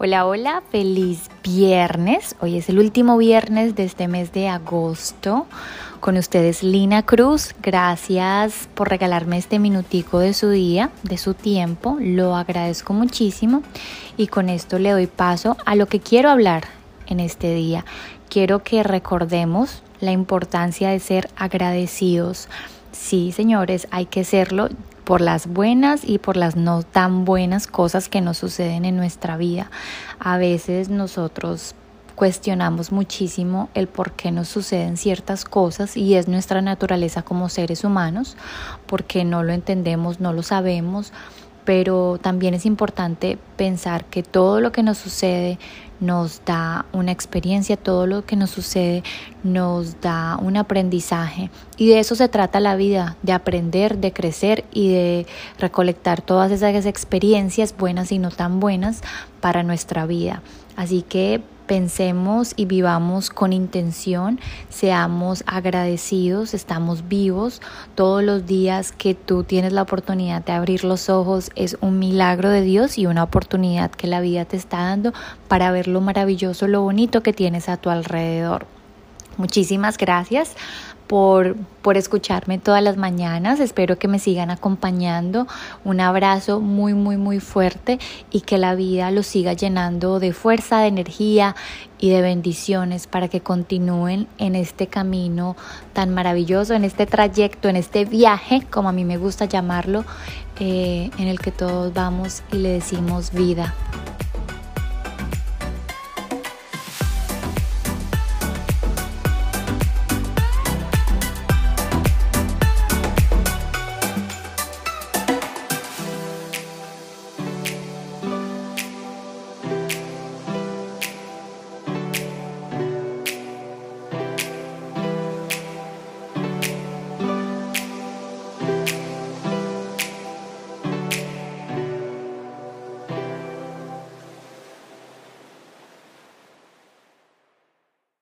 Hola, hola, feliz viernes. Hoy es el último viernes de este mes de agosto. Con ustedes Lina Cruz. Gracias por regalarme este minutico de su día, de su tiempo. Lo agradezco muchísimo y con esto le doy paso a lo que quiero hablar en este día. Quiero que recordemos la importancia de ser agradecidos. Sí, señores, hay que serlo por las buenas y por las no tan buenas cosas que nos suceden en nuestra vida. A veces nosotros cuestionamos muchísimo el por qué nos suceden ciertas cosas y es nuestra naturaleza como seres humanos, porque no lo entendemos, no lo sabemos, pero también es importante pensar que todo lo que nos sucede nos da una experiencia, todo lo que nos sucede nos da un aprendizaje y de eso se trata la vida, de aprender, de crecer y de recolectar todas esas experiencias buenas y no tan buenas para nuestra vida. Así que pensemos y vivamos con intención, seamos agradecidos, estamos vivos. Todos los días que tú tienes la oportunidad de abrir los ojos es un milagro de Dios y una oportunidad que la vida te está dando para ver lo maravilloso, lo bonito que tienes a tu alrededor. Muchísimas gracias por escucharme todas las mañanas. Espero que me sigan acompañando. Un abrazo muy, muy, muy fuerte y que la vida los siga llenando de fuerza, de energía y de bendiciones para que continúen en este camino tan maravilloso, en este trayecto, en este viaje, como a mí me gusta llamarlo, en el que todos vamos y le decimos vida.